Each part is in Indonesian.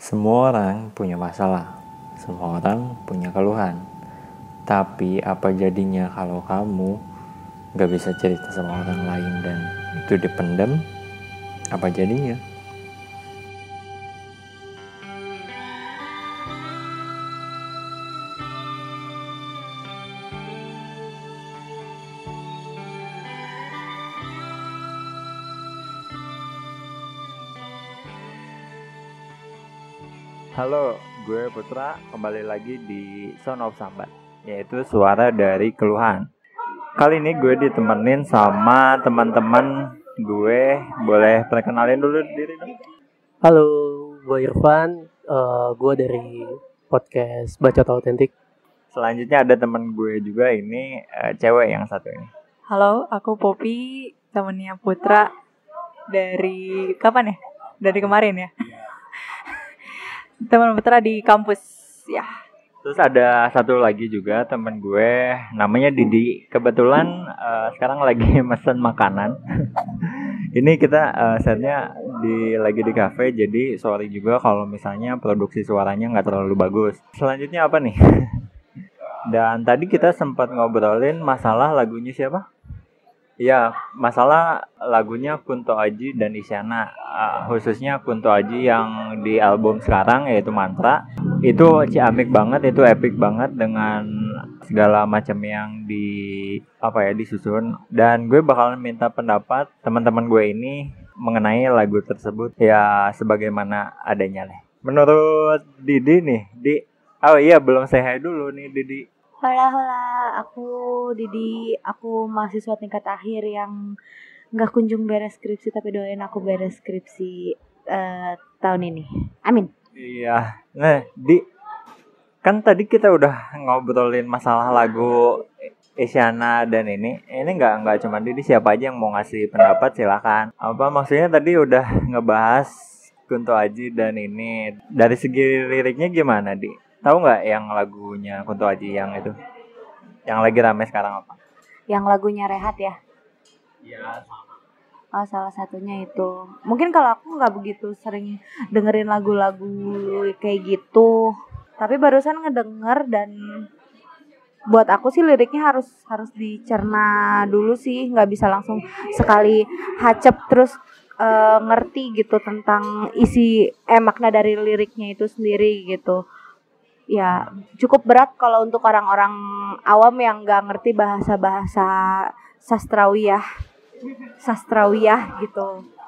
Semua orang punya masalah, semua orang punya keluhan. Tapi apa jadinya kalau kamu gak bisa cerita sama orang lain dan itu dipendam? Apa jadinya? Halo, gue Putra, kembali lagi di Sound of Sambat, yaitu suara dari keluhan. Kali ini gue ditemenin sama teman-teman gue. Boleh perkenalin dulu diri dong? Halo, gue Irfan, gue dari podcast Bacot Autentik. Selanjutnya ada teman gue juga, ini cewek yang satu ini. Halo, aku Poppy, temennya Putra. Dari kapan ya? Dari kemarin ya? Teman Putra di kampus ya. Terus ada satu lagi juga teman gue, namanya Didi. Kebetulan sekarang lagi mesen makanan. Ini kita setnya lagi di cafe, jadi sorry juga kalau misalnya produksi suaranya nggak terlalu bagus. Selanjutnya apa nih? Dan tadi kita sempat ngobrolin masalah lagunya siapa? Ya, masalah lagunya Kunto Aji dan Isyana, khususnya Kunto Aji yang di album sekarang yaitu Mantra. Itu ciamik banget, itu epic banget dengan segala macam yang disusun. Dan gue bakalan minta pendapat teman-teman gue ini mengenai lagu tersebut ya sebagaimana adanya lah. Menurut Didi nih, oh iya belum say hi dulu nih Didi. Hola, aku Didi, aku mahasiswa tingkat akhir yang gak kunjung beres skripsi, tapi doain aku beres skripsi tahun ini. Amin. Iya, nah kan tadi kita udah ngobrolin masalah lagu Isyana dan ini nggak cuma Didi, siapa aja yang mau ngasih pendapat silakan. Apa maksudnya tadi udah ngebahas Kunto Aji dan ini dari segi liriknya gimana Di? Tahu nggak yang lagunya Kunto Aji yang itu, yang lagi rame sekarang apa? Yang lagunya Rehat ya? Iya. Oh, salah satunya itu. Mungkin kalau aku nggak begitu sering dengerin lagu-lagu kayak gitu, tapi barusan ngedenger dan buat aku sih liriknya harus dicerna dulu sih, nggak bisa langsung sekali hacep terus ngerti gitu tentang isi makna dari liriknya itu sendiri gitu. Ya cukup berat kalau untuk orang-orang awam yang nggak ngerti bahasa-bahasa sastrawiah gitu.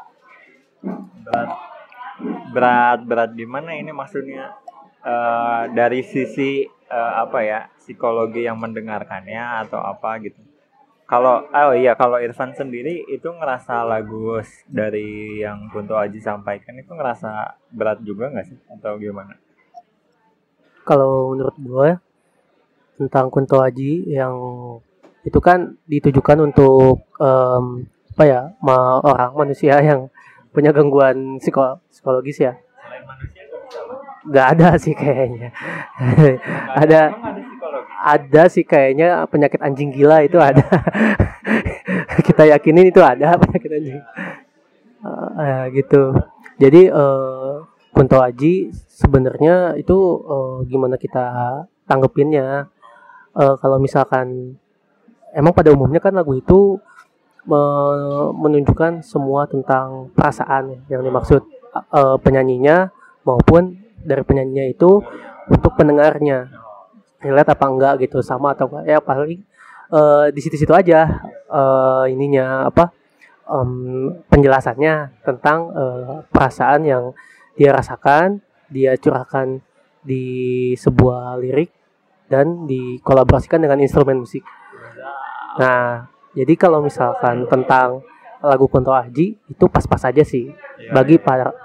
Berat gimana ini maksudnya? Dari sisi psikologi yang mendengarkannya atau apa gitu. Kalau Irfan sendiri itu ngerasa lagu dari yang Kunto Aji sampaikan itu ngerasa berat juga nggak sih atau gimana? Kalau menurut gue tentang Kunto Aji yang itu kan ditujukan untuk orang manusia yang punya gangguan psikologis ya. Selain manusia Gak ada sih kayaknya. Ada sih kayaknya penyakit anjing gila itu ada. Kita yakinin itu ada penyakit anjing. Gitu. Jadi Kunto Aji sebenarnya itu gimana kita tanggepinnya? Kalau misalkan emang pada umumnya kan lagu itu menunjukkan semua tentang perasaan yang dimaksud penyanyinya maupun dari penyanyinya itu untuk pendengarnya, relate apa enggak gitu, sama atau enggak ya, paling di situ-situ aja penjelasannya tentang perasaan yang dia rasakan, dia curahkan di sebuah lirik dan dikolaborasikan dengan instrumen musik. Nah, jadi kalau misalkan tentang lagu Kunto Aji itu pas-pas aja sih bagi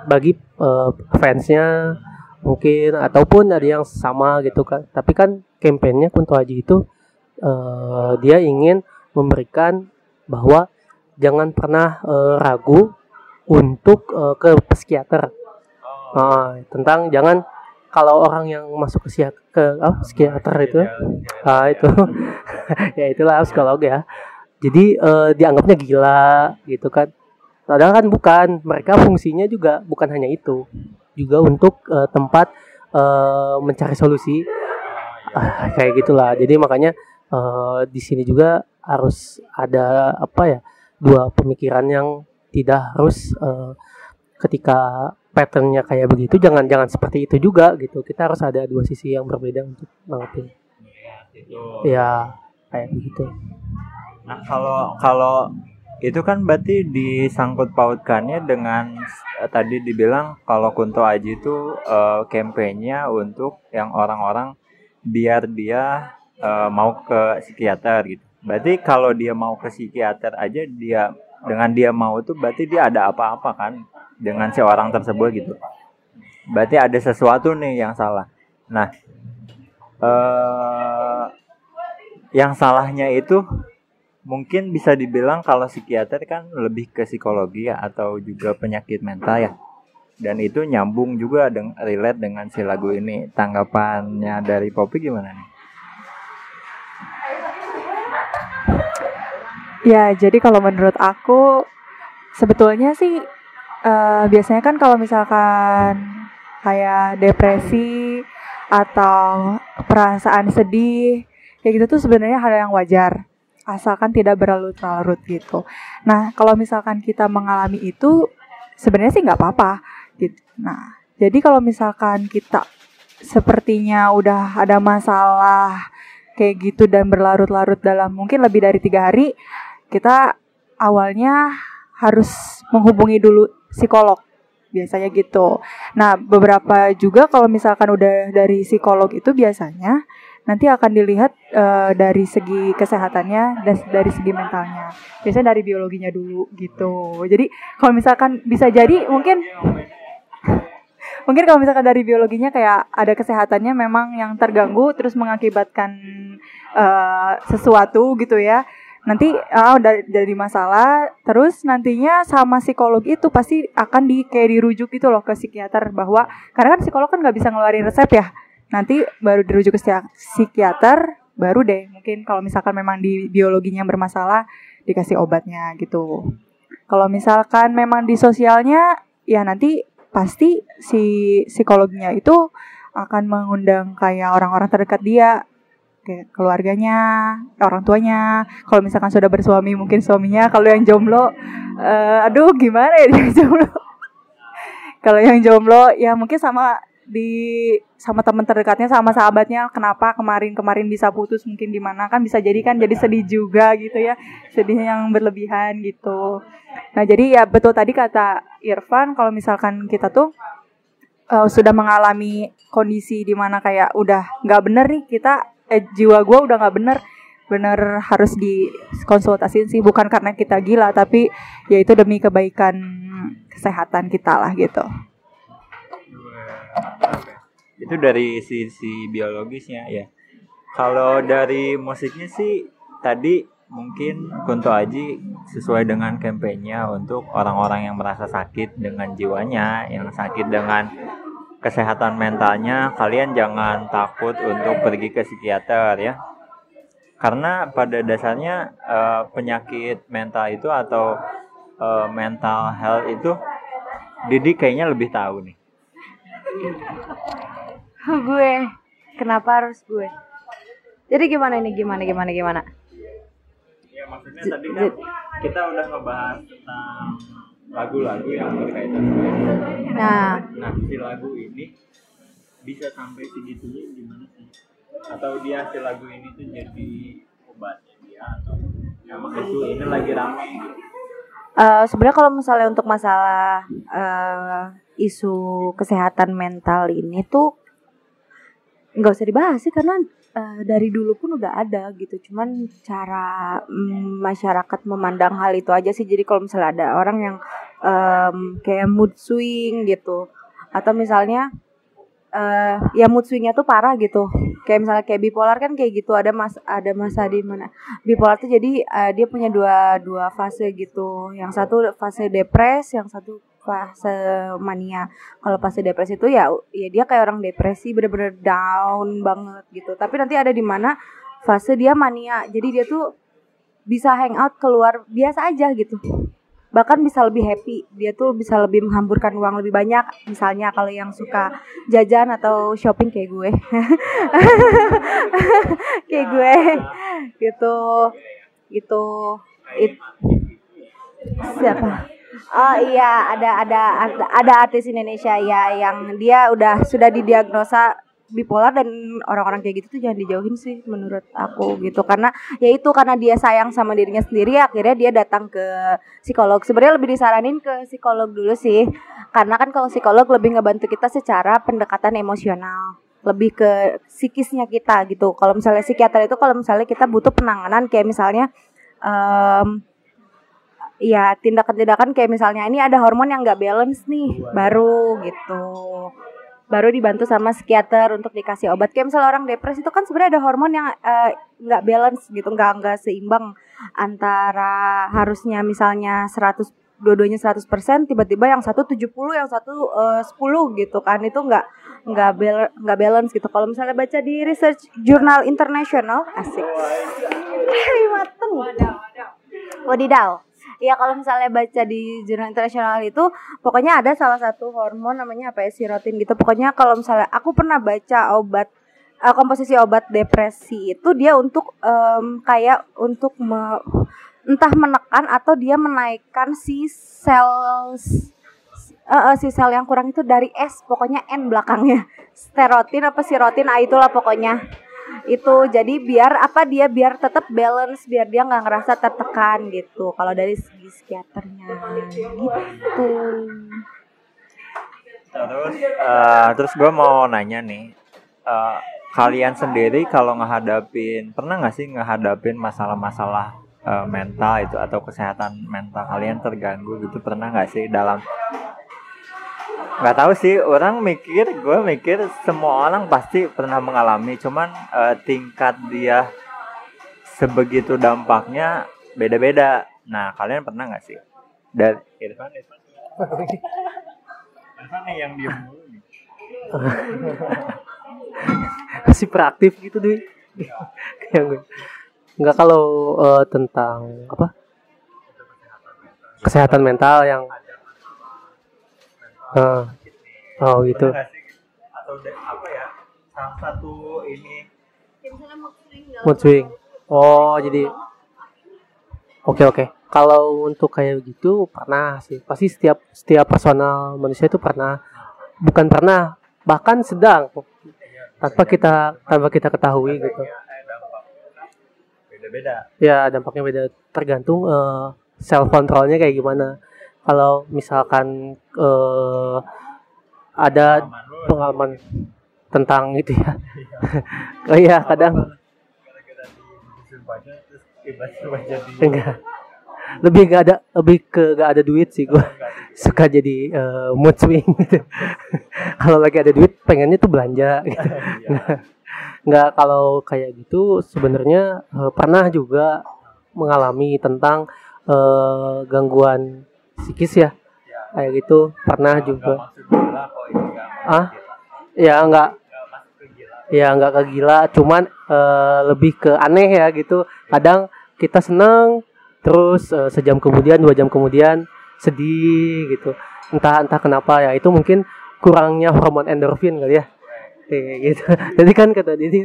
fansnya mungkin, ataupun ada yang sama gitu kan. Tapi kan kampanyenya Kunto Aji itu dia ingin memberikan bahwa jangan pernah ragu untuk ke psikiater. Tentang jangan, kalau orang yang masuk ke psikiater itu itu ya itulah psikolog ya. Jadi dianggapnya gila gitu kan. Padahal kan bukan, mereka fungsinya juga bukan hanya itu. juga untuk tempat mencari solusi. Kayak gitulah. Jadi makanya di sini juga harus ada dua pemikiran yang tidak harus ketika patternnya kayak begitu jangan seperti itu juga gitu. Kita harus ada dua sisi yang berbeda untuk nanggepin. Ya kayak begitu. Nah kalau itu kan berarti disangkut pautkannya dengan tadi dibilang kalau Kunto Aji itu kampanye untuk yang orang-orang biar dia mau ke psikiater gitu. Berarti kalau dia mau ke psikiater aja dengan dia mau tuh berarti dia ada apa-apa kan dengan si orang tersebut gitu. Berarti ada sesuatu nih yang salah. Nah, yang salahnya itu mungkin bisa dibilang kalau psikiater kan lebih ke psikologi ya atau juga penyakit mental ya. Dan itu nyambung juga relate dengan si lagu ini. Tanggapannya dari Poppy gimana nih? Ya, jadi kalau menurut aku sebetulnya sih biasanya kan kalau misalkan kayak depresi atau perasaan sedih kayak gitu tuh sebenarnya hal yang wajar asalkan tidak berlarut-larut gitu. Nah, kalau misalkan kita mengalami itu sebenarnya sih nggak apa-apa gitu. Nah, jadi kalau misalkan kita sepertinya udah ada masalah kayak gitu dan berlarut-larut dalam mungkin lebih dari 3 hari, kita awalnya harus menghubungi dulu psikolog, biasanya gitu. Nah, beberapa juga kalau misalkan udah dari psikolog itu biasanya nanti akan dilihat dari segi kesehatannya dan dari segi mentalnya. Biasanya dari biologinya dulu gitu. Jadi kalau misalkan bisa jadi mungkin kalau misalkan dari biologinya kayak ada kesehatannya memang yang terganggu terus mengakibatkan sesuatu gitu ya. Nanti dari masalah terus nantinya sama psikolog itu pasti akan kayak dirujuk gitu loh ke psikiater bahwa karena kan psikolog kan nggak bisa ngeluarin resep ya. Nanti baru dirujuk ke psikiater baru deh mungkin kalau misalkan memang di biologinya bermasalah dikasih obatnya gitu. Kalau misalkan memang di sosialnya ya nanti pasti si psikolognya itu akan mengundang kayak orang-orang terdekat dia, kayak keluarganya, orang tuanya. Kalau misalkan sudah bersuami mungkin suaminya. Kalau yang jomblo, gimana ya dia jomblo? Kalau yang jomblo ya mungkin sama teman terdekatnya, sama sahabatnya. Kenapa kemarin bisa putus, mungkin di mana kan bisa jadi kan jadi sedih juga gitu ya, sedih yang berlebihan gitu. Nah jadi ya betul tadi kata Irfan, kalau misalkan kita tuh sudah mengalami kondisi di mana kayak udah nggak bener nih kita. Jiwa gue udah gak bener harus dikonsultasiin sih, bukan karena kita gila tapi ya itu demi kebaikan kesehatan kita lah gitu. Itu dari sisi biologisnya ya. Kalau dari musiknya sih tadi mungkin Kunto Aji sesuai dengan kampanye untuk orang-orang yang merasa sakit dengan jiwanya, yang sakit dengan kesehatan mentalnya, kalian jangan takut untuk pergi ke psikiater ya. Karena pada dasarnya penyakit mental itu atau mental health itu Didi kayaknya lebih tahu nih. Gue, kenapa harus gue? Jadi gimana ini? Gimana? Ya maksudnya tadi kan kita udah ngebahas tentang lagu-lagu yang berkaitan dengan si lagu ini bisa sampai segitunya gimana sih? Atau si lagu ini tuh jadi obatnya dia atau emang ini lagi rame gitu? Sebenarnya kalau misalnya untuk masalah isu kesehatan mental ini tuh nggak usah dibahas sih karena dari dulu pun udah ada gitu. Cuman cara masyarakat memandang hal itu aja sih. Jadi kalau misalnya ada orang yang kayak mood swing gitu, atau misalnya ya mood swingnya tuh parah gitu. Kayak misalnya kayak bipolar kan kayak gitu, ada masa di mana bipolar tuh jadi dia punya dua fase gitu. Yang satu fase depres, yang satu fase mania. Kalau fase depresi itu ya dia kayak orang depresi, bener-bener down banget gitu. Tapi nanti ada di mana fase dia mania. Jadi dia tuh bisa hangout keluar biasa aja gitu. bahkan bisa lebih happy. Dia tuh bisa lebih menghamburkan uang lebih banyak. Misalnya kalau yang suka jajan atau shopping kayak gue. Kayak gue gitu. Gitu. Siapa? Oh iya, ada artis Indonesia ya yang dia sudah didiagnosa bipolar, dan orang-orang kayak gitu tuh jangan dijauhin sih menurut aku gitu, karena karena dia sayang sama dirinya sendiri, akhirnya dia datang ke psikolog. Sebenarnya lebih disaranin ke psikolog dulu sih, karena kan kalau psikolog lebih ngebantu kita secara pendekatan emosional, lebih ke psikisnya kita gitu. Kalau misalnya psikiater itu kalau misalnya kita butuh penanganan kayak misalnya ya tindakan-tindakan kayak misalnya ini ada hormon yang nggak balance nih, baru gitu, baru dibantu sama psikiater untuk dikasih obat. Kayak misalnya orang depresi itu kan sebenarnya ada hormon yang nggak balance gitu, nggak seimbang antara harusnya misalnya 100, dua-duanya 100%, tiba-tiba yang satu 70, yang satu 10 gitu kan, itu nggak balance gitu. Kalau misalnya baca di research jurnal internasional, asik, mateng, wadidaw. Ya kalau misalnya baca di jurnal internasional itu pokoknya ada salah satu hormon namanya apa ya, serotonin gitu. Pokoknya kalau misalnya aku pernah baca obat komposisi obat depresi itu dia untuk kayak untuk entah menekan atau dia menaikkan si sel yang kurang itu dari S, pokoknya N belakangnya. Serotonin apa sirotin, itulah pokoknya. Itu jadi biar tetap balance, biar dia nggak ngerasa tertekan gitu kalau dari segi psikiaternya gitu. Terus gue mau nanya nih, kalian sendiri kalau pernah nggak sih ngehadapin masalah-masalah mental itu atau kesehatan mental kalian terganggu gitu, pernah nggak sih? Nggak tahu sih, gue mikir semua orang pasti pernah mengalami, cuman tingkat dia sebegitu dampaknya beda-beda. Nah, kalian pernah nggak sih? Dan Irfan nih yang diem mulu nih. Masih proaktif gitu deh. Nggak, kalau tentang apa? Kesehatan mental yang gitu. Atau apa ya? Salah satu ini mood swing. Oh, jadi oke. Kalau untuk kayak gitu pernah sih. Pasti setiap personal manusia itu pernah, bukan pernah, bahkan sedang tanpa kita ketahui gitu. Beda-beda. Ya, dampaknya beda, tergantung self controlnya kayak gimana. Kalau misalkan ada pengalaman tentang itu ya. Oh iya, kadang enggak. Lebih gak ada duit sih gue. Suka jadi mood swing gitu. Kalau lagi ada duit pengennya tuh belanja gitu. Enggak, kalau kayak gitu sebenarnya pernah juga mengalami tentang gangguan psikis ya, kayak gitu pernah juga. Enggak ke gila, cuman lebih ke aneh ya gitu. Kadang kita seneng, terus sejam kemudian, 2 jam kemudian sedih gitu, entah kenapa ya. Itu mungkin kurangnya hormon endorfin kali ya, kayak gitu. Jadi kan kata Didi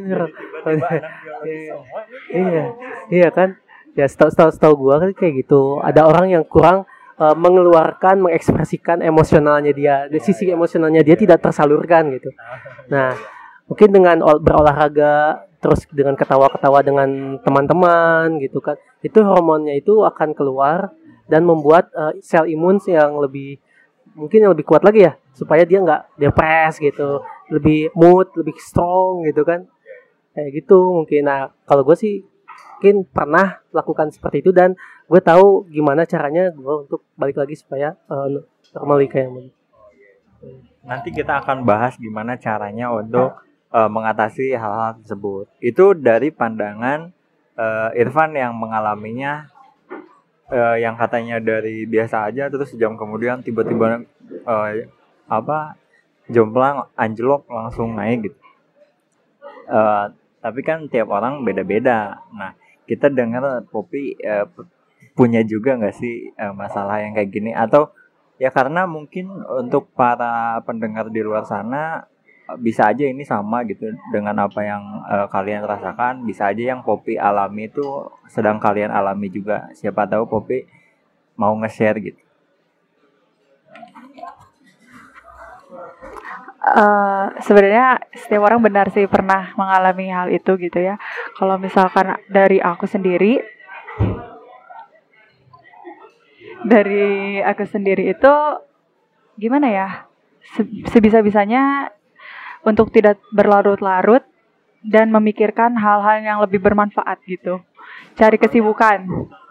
iya kan ya, setahu gua kan kayak gitu. Ada orang yang kurang mengekspresikan emosionalnya dia, sisi emosionalnya dia tidak tersalurkan gitu. Nah, mungkin dengan berolahraga, terus dengan ketawa-ketawa dengan teman-teman gitu kan, itu hormonnya itu akan keluar dan membuat sel imun yang lebih kuat lagi ya, supaya dia nggak depres gitu, lebih mood, lebih strong gitu kan, kayak gitu mungkin. Nah, kalau gue sih mungkin pernah lakukan seperti itu, dan gue tahu gimana caranya gue untuk balik lagi supaya normal kayak gitu. Nanti kita akan bahas gimana caranya untuk mengatasi hal-hal tersebut. Itu dari pandangan Irfan yang mengalaminya, yang katanya dari biasa aja terus sejam kemudian tiba-tiba jomplang anjlok langsung naik gitu. Tapi kan tiap orang beda-beda. Nah, kita dengar Poppy punya juga nggak sih masalah yang kayak gini, atau ya karena mungkin untuk para pendengar di luar sana bisa aja ini sama gitu dengan apa yang kalian rasakan, bisa aja yang Poppy alami itu sedang kalian alami juga, siapa tahu Poppy mau nge-share gitu. Sebenarnya setiap orang benar sih pernah mengalami hal itu gitu ya. Kalau misalkan dari aku sendiri itu gimana ya? Sebisa-bisanya untuk tidak berlarut-larut dan memikirkan hal-hal yang lebih bermanfaat gitu. Cari kesibukan.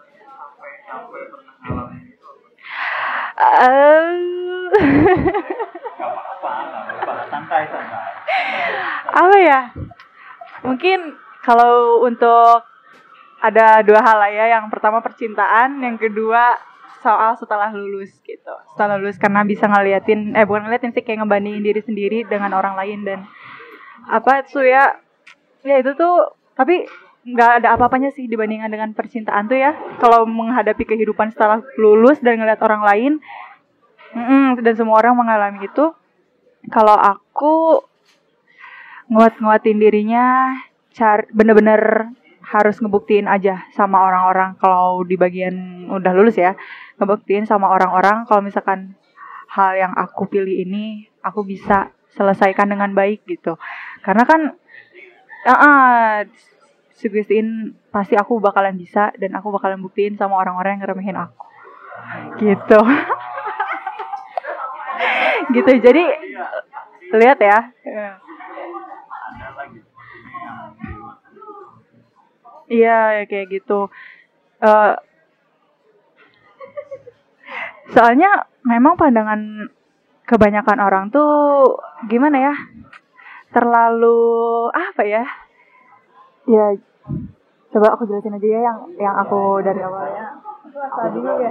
Santai. Apa ya? Mungkin kalau untuk ada dua hal lah ya. Yang pertama percintaan, yang kedua soal setelah lulus gitu. Setelah lulus karena bisa bukan ngeliatin sih, kayak ngebandingin diri sendiri dengan orang lain dan apa itu ya itu tuh, tapi nggak ada apa-apanya sih dibandingkan dengan percintaan tuh ya. Kalau menghadapi kehidupan setelah lulus dan ngeliat orang lain, dan semua orang mengalami itu. Kalau aku nguatin dirinya, bener-bener harus ngebuktiin aja sama orang-orang. Kalau di bagian udah lulus ya, ngebuktiin sama orang-orang kalau misalkan hal yang aku pilih ini aku bisa selesaikan dengan baik gitu. Karena kan suggestiin pasti aku bakalan bisa, dan aku bakalan buktiin sama orang-orang yang ngeremehin aku gitu. Gitu, jadi lihat ya. Iya kayak gitu. Soalnya memang pandangan kebanyakan orang tuh gimana ya, terlalu apa ya? Ya coba aku jelasin aja ya yang aku dari awalnya. Itu asal dulu ya.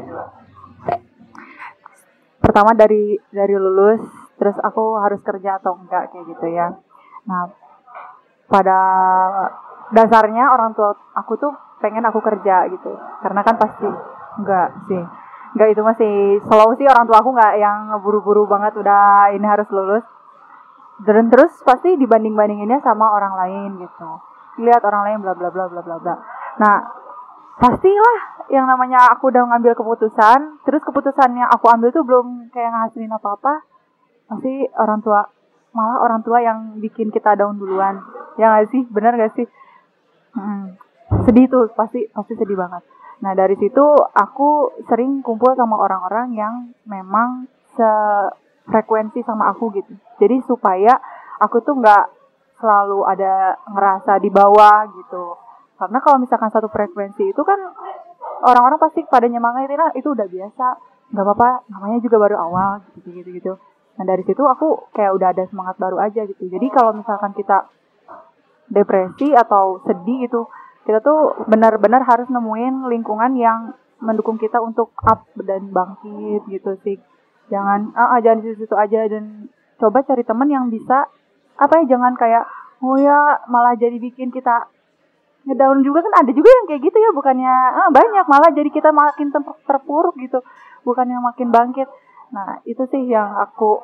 Pertama dari lulus, terus aku harus kerja atau enggak kayak gitu ya. Nah, pada dasarnya orang tua aku tuh pengen aku kerja gitu. Karena kan pasti enggak itu masih slow sih, orang tua aku enggak yang buru-buru banget udah ini harus lulus. Dan terus pasti dibanding-bandinginnya sama orang lain gitu. Lihat orang lain bla bla bla bla bla bla. Nah, pastilah yang namanya aku udah ngambil keputusan, terus keputusan yang aku ambil tuh belum kayak ngasilin apa-apa, pasti malah orang tua yang bikin kita down duluan. Ya nggak sih, benar nggak sih? Sedih tuh, pasti sedih banget. Nah dari situ aku sering kumpul sama orang-orang yang memang sefrekuensi sama aku gitu. Jadi supaya aku tuh nggak selalu ada ngerasa di bawah gitu. Karena kalau misalkan satu frekuensi itu kan orang-orang pasti pada nyemangatin, itu udah biasa, nggak apa-apa, namanya juga baru awal gitu. Nah dari situ aku kayak udah ada semangat baru aja gitu. Jadi kalau misalkan kita depresi atau sedih gitu, kita tuh benar-benar harus nemuin lingkungan yang mendukung kita untuk up dan bangkit gitu sih. Jangan di situ aja, dan coba cari teman yang bisa jangan kayak malah jadi bikin kita ngedown juga. Kan ada juga yang kayak gitu ya, bukannya banyak, malah jadi kita makin terpuruk gitu, bukannya makin bangkit. Nah itu sih yang aku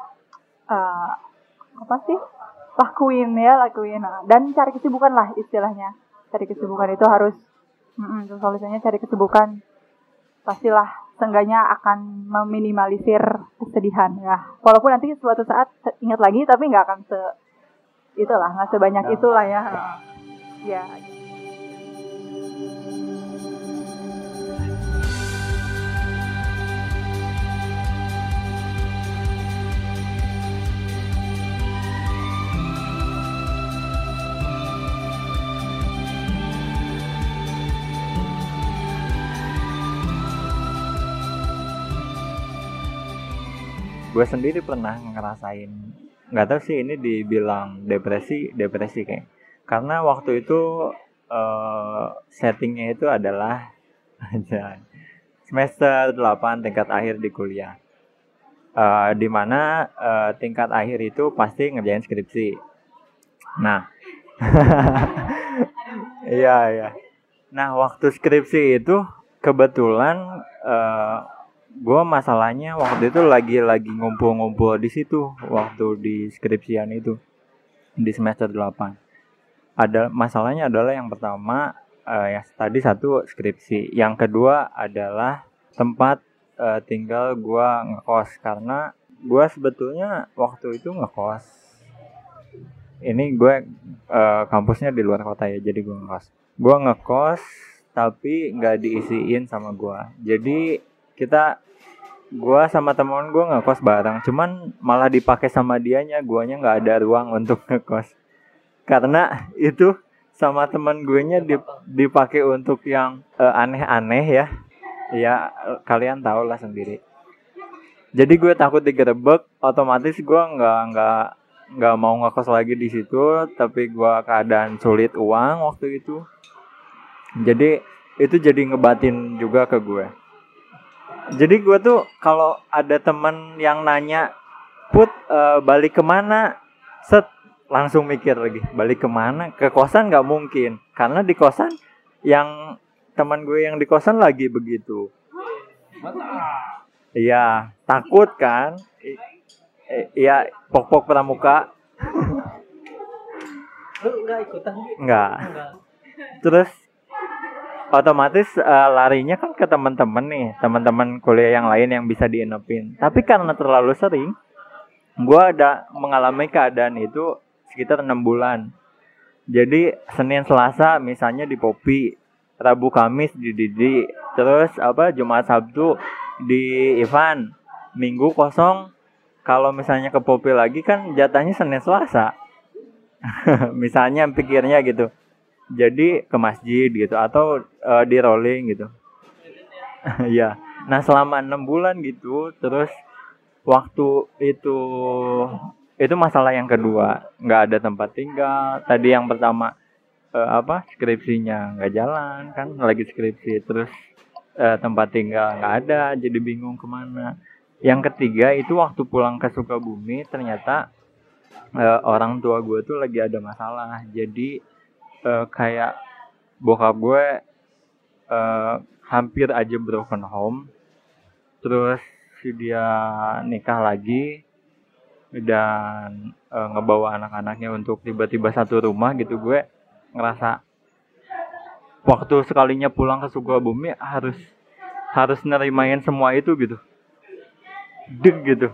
lakuin. Nah, dan cari kesibukan lah istilahnya. Cari kesibukan itu harus solusinya cari kesibukan, pastilah seenggaknya akan meminimalisir kesedihan ya. Walaupun nanti suatu saat ingat lagi, tapi nggak akan nggak sebanyak itulah ya. Ya. Gue sendiri pernah ngerasain, nggak tahu sih ini dibilang depresi kayak, karena waktu itu settingnya itu adalah semester 8 tingkat akhir di kuliah, dimana tingkat akhir itu pasti ngerjain skripsi. Nah iya. Nah waktu skripsi itu kebetulan gue masalahnya waktu itu lagi ngumpul-ngumpul di situ waktu di skripsian itu di semester 8. Ada masalahnya adalah yang pertama yang tadi satu skripsi, yang kedua adalah tempat tinggal gue ngekos, karena gue sebetulnya waktu itu ngekos. Ini gue kampusnya di luar kota ya, jadi gue ngekos. Gue ngekos tapi nggak diisiin sama gue. Jadi gue sama temen gue ngekos bareng, cuman malah dipakai sama dianya, guanya nggak ada ruang untuk ngekos. Karena itu sama teman gue nya dipakai untuk yang aneh-aneh ya. Ya kalian tahu lah sendiri. Jadi gue takut digerebek, otomatis gue nggak mau ngekos lagi di situ, tapi gue keadaan sulit uang waktu itu. Jadi itu jadi ngebatin juga ke gue. Jadi gue tuh kalau ada temen yang nanya, Put balik kemana? Set, langsung mikir lagi, balik kemana? Ke kosan nggak mungkin, karena di kosan yang teman gue yang di kosan lagi begitu. Iya, takut kan? Iya, pok-pok pramuka. Lu enggak ikutan? Enggak. Terus otomatis larinya kan ke teman-teman nih, teman-teman kuliah yang lain yang bisa dienopin. Tapi karena terlalu sering, gue ada mengalami keadaan itu sekitar 6 bulan. Jadi Senin Selasa misalnya di Popi, Rabu Kamis di Didi, terus Jumat Sabtu di Ivan, Minggu kosong. Kalau misalnya ke Popi lagi kan jatahnya Senin Selasa. Misalnya pikirnya gitu. Jadi ke masjid gitu atau di rolling gitu. Ya. Nah, selama 6 bulan gitu, terus waktu itu masalah yang kedua, nggak ada tempat tinggal. Tadi yang pertama skripsinya nggak jalan kan, lagi skripsi, terus tempat tinggal nggak ada, jadi bingung kemana. Yang ketiga itu waktu pulang ke Sukabumi, ternyata orang tua gue tuh lagi ada masalah. Jadi kayak bokap gue hampir aja broken home, terus dia nikah lagi dan ngebawa anak-anaknya untuk tiba-tiba satu rumah gitu. Gue ngerasa waktu sekalinya pulang ke Sukabumi harus nerimain semua itu gitu. Deg gitu.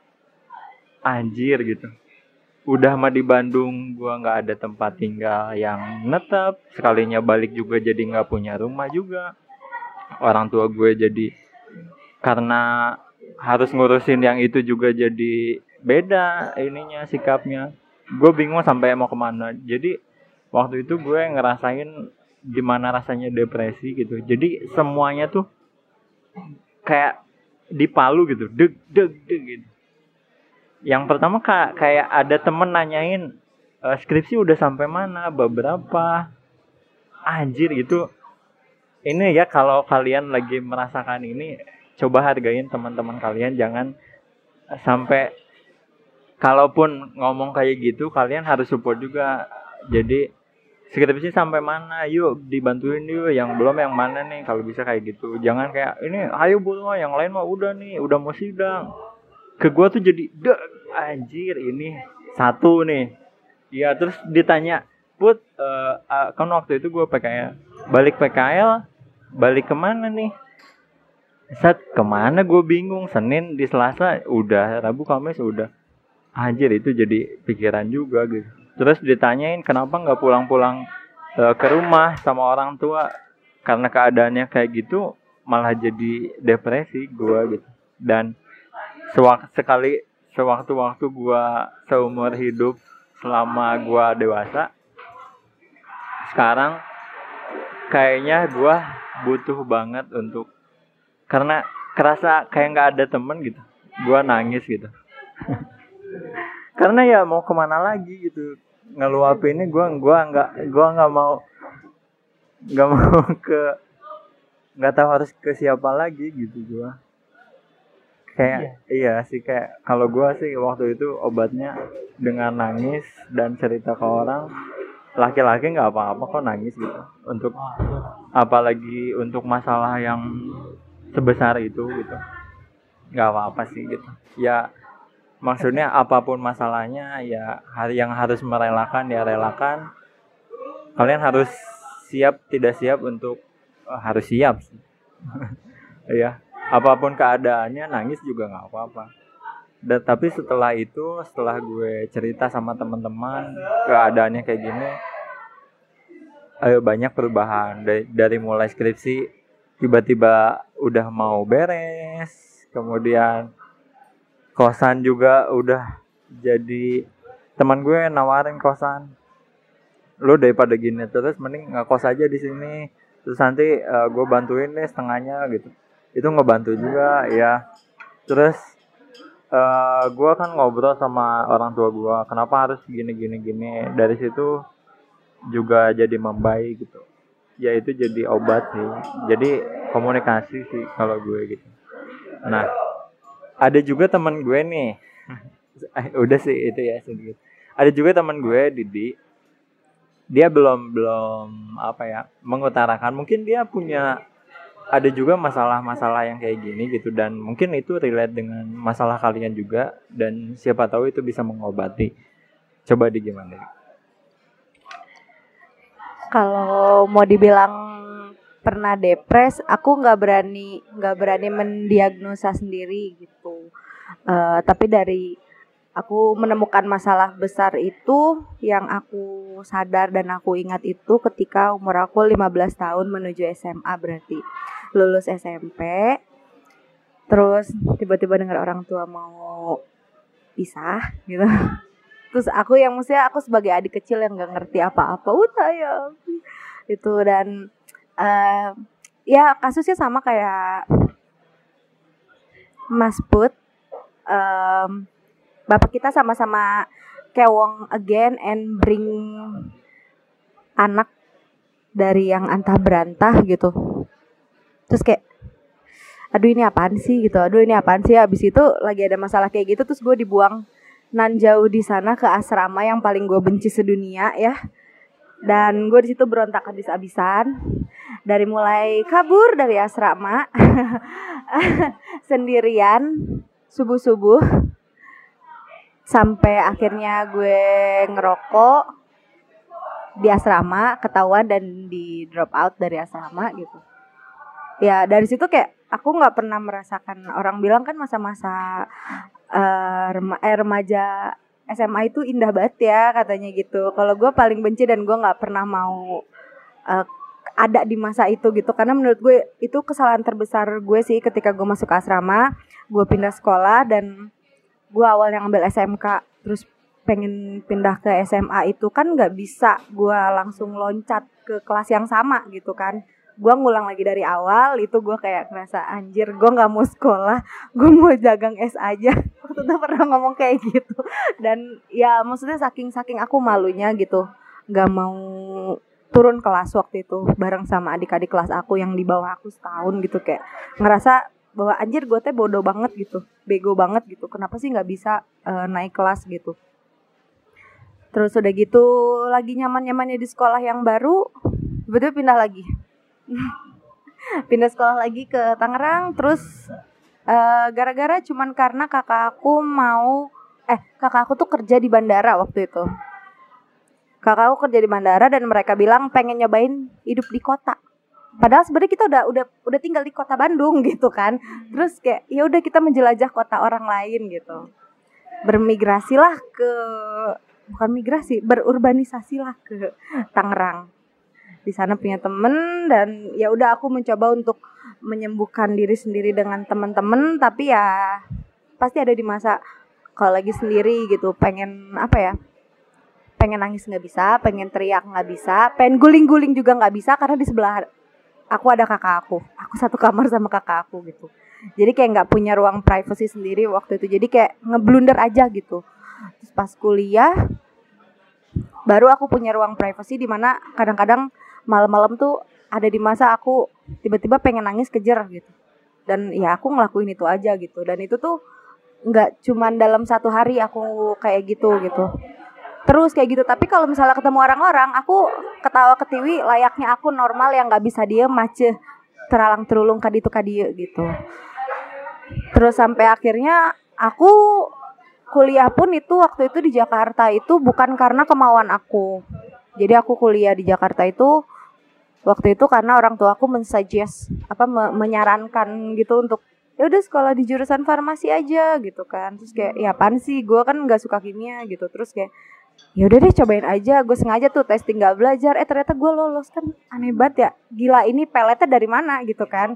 Anjir gitu. Udah mah di Bandung gua nggak ada tempat tinggal yang netap, sekalinya balik juga jadi nggak punya rumah juga. Orang tua gue jadi karena harus ngurusin yang itu juga jadi beda ininya sikapnya. Gue bingung sampai mau kemana. Jadi waktu itu gue ngerasain gimana rasanya depresi gitu. Jadi semuanya tuh kayak dipalu gitu, deg gitu. Yang pertama kayak ada temen nanyain skripsi udah sampai mana, beberapa, anjir gitu. Ini ya, kalau kalian lagi merasakan ini, coba hargain teman-teman kalian, jangan sampai kalaupun ngomong kayak gitu kalian harus support juga. Jadi skripsi sampai mana, yuk dibantuin yuk, yang belum yang mana nih, kalau bisa kayak gitu. Jangan kayak ini ayo buruan, yang lain mah udah nih, udah mau sidang. Ke gua tuh jadi anjir, ini satu nih ya. Terus ditanya, Put kan waktu itu gua PKL, balik kemana nih? Set, kemana gue bingung. Senin di Selasa udah, Rabu Kamis udah. Anjir, itu jadi pikiran juga gitu. Terus ditanyain kenapa nggak pulang-pulang ke rumah sama orang tua, karena keadaannya kayak gitu, malah jadi depresi gue gitu. Dan sewaktu-waktu gue seumur hidup selama gue dewasa, sekarang kayaknya gue butuh banget untuk, karena kerasa kayak nggak ada temen gitu, gue nangis gitu. Karena ya mau kemana lagi gitu, ngeluapinnya gue nggak mau nggak tahu harus ke siapa lagi gitu. Gue kayak iya sih, kayak kalau gue sih waktu itu obatnya dengan nangis dan cerita ke orang. laki-laki nggak apa-apa kok nangis gitu, untuk apalagi untuk masalah yang sebesar itu gitu, nggak apa-apa sih gitu ya. Maksudnya apapun masalahnya ya, yang harus merelakan ya relakan. Kalian harus siap, tidak siap untuk harus siap sih. Ya, apapun keadaannya nangis juga nggak apa-apa. Dan tapi setelah itu, setelah gue cerita sama teman-teman keadaannya kayak gini, banyak perubahan dari mulai skripsi tiba-tiba udah mau beres, kemudian kosan juga udah jadi, teman gue nawarin kosan, lu daripada gini terus mending ngekos aja di sini, terus nanti gue bantuin deh setengahnya gitu. Itu ngebantu juga ya. Terus gue kan ngobrol sama orang tua gue, kenapa harus gini. Dari situ juga jadi membaik gitu. Ya itu jadi obat sih. Jadi komunikasi sih kalau gue gitu. Nah, ada juga teman gue nih. Udah sih itu ya sedikit. Ada juga teman gue, Didi. Dia belum apa ya, mengutarakan. Mungkin dia punya, ada juga masalah-masalah yang kayak gini gitu, dan mungkin itu relate dengan masalah kalian juga, dan siapa tahu itu bisa mengobati. Coba di gimana? Kalau mau dibilang pernah depres, aku nggak berani mendiagnosa sendiri gitu. Tapi dari aku menemukan masalah besar itu, yang aku sadar dan aku ingat itu ketika umur aku 15 tahun menuju SMA, berarti lulus SMP. Terus tiba-tiba dengar orang tua mau pisah gitu. Terus aku sebagai adik kecil yang gak ngerti apa-apa, sayang itu. Dan ya kasusnya sama kayak Mas Put. Bapak kita sama-sama kewong again and bring anak dari yang antah berantah gitu. Terus kayak aduh ini apaan sih. Habis itu lagi ada masalah kayak gitu, terus gue dibuang nan jauh di sana ke asrama yang paling gue benci sedunia ya. Dan gue di situ berontak habis-habisan. Dari mulai kabur dari asrama sendirian subuh-subuh, sampai akhirnya gue ngerokok di asrama, ketahuan dan di drop out dari asrama gitu. Ya dari situ kayak aku nggak pernah merasakan, orang bilang kan masa-masa remaja SMA itu indah banget ya katanya gitu. Kalau gue paling benci dan gue nggak pernah mau ada di masa itu gitu, karena menurut gue itu kesalahan terbesar gue sih ketika gue masuk ke asrama. Gue pindah sekolah dan gue awalnya ngambil SMK, terus pengen pindah ke SMA itu kan nggak bisa gue langsung loncat ke kelas yang sama gitu kan. Gue ngulang lagi dari awal. Itu gue kayak ngerasa anjir, gue nggak mau sekolah, gue mau jagang es aja. Waktu itu pernah ngomong kayak gitu. Dan ya maksudnya saking aku malunya gitu, nggak mau turun kelas waktu itu bareng sama adik-adik kelas aku yang di bawah aku setahun gitu. Kayak ngerasa bahwa anjir gue teh bodoh banget gitu, bego banget gitu, kenapa sih nggak bisa naik kelas gitu. Terus udah gitu lagi nyaman-nyamannya di sekolah yang baru, tiba-tiba pindah lagi. Pindah sekolah lagi ke Tangerang. Terus gara-gara cuman karena kakak aku tuh kerja di bandara waktu itu. Kakak aku kerja di bandara dan mereka bilang pengen nyobain hidup di kota. Padahal sebenarnya kita udah tinggal di kota Bandung gitu kan. Terus kayak ya udah kita menjelajah kota orang lain gitu. Berurbanisasilah ke Tangerang. Di sana punya temen, dan ya udah aku mencoba untuk menyembuhkan diri sendiri dengan teman-teman. Tapi ya pasti ada di masa kalau lagi sendiri gitu, pengen pengen nangis nggak bisa, pengen teriak nggak bisa, pengen guling-guling juga nggak bisa, karena di sebelah aku ada kakak aku satu kamar sama kakak aku gitu. Jadi kayak nggak punya ruang privacy sendiri waktu itu, jadi kayak ngeblunder aja gitu. Terus pas kuliah baru aku punya ruang privacy, di mana kadang-kadang malam-malam tuh ada di masa aku tiba-tiba pengen nangis kejer gitu. Dan ya aku ngelakuin itu aja gitu. Dan itu tuh nggak cuman dalam satu hari aku kayak gitu. terus kayak gitu. Tapi kalau misalnya ketemu orang-orang, aku ketawa ketiwi layaknya aku normal yang nggak bisa diem maceh teralang terulung kaditu kadieu gitu. Terus sampai akhirnya aku kuliah pun itu waktu itu di Jakarta itu bukan karena kemauan aku. Jadi aku kuliah di Jakarta itu waktu itu karena orang tua aku mensuggest menyarankan gitu untuk ya udah sekolah di jurusan farmasi aja gitu kan. Terus kayak ya apaan sih, gue kan nggak suka kimia gitu. Terus kayak ya udah deh cobain aja. Gue sengaja tuh testing nggak belajar, ternyata gue lolos. Kan aneh banget ya, gila ini peletnya dari mana gitu kan.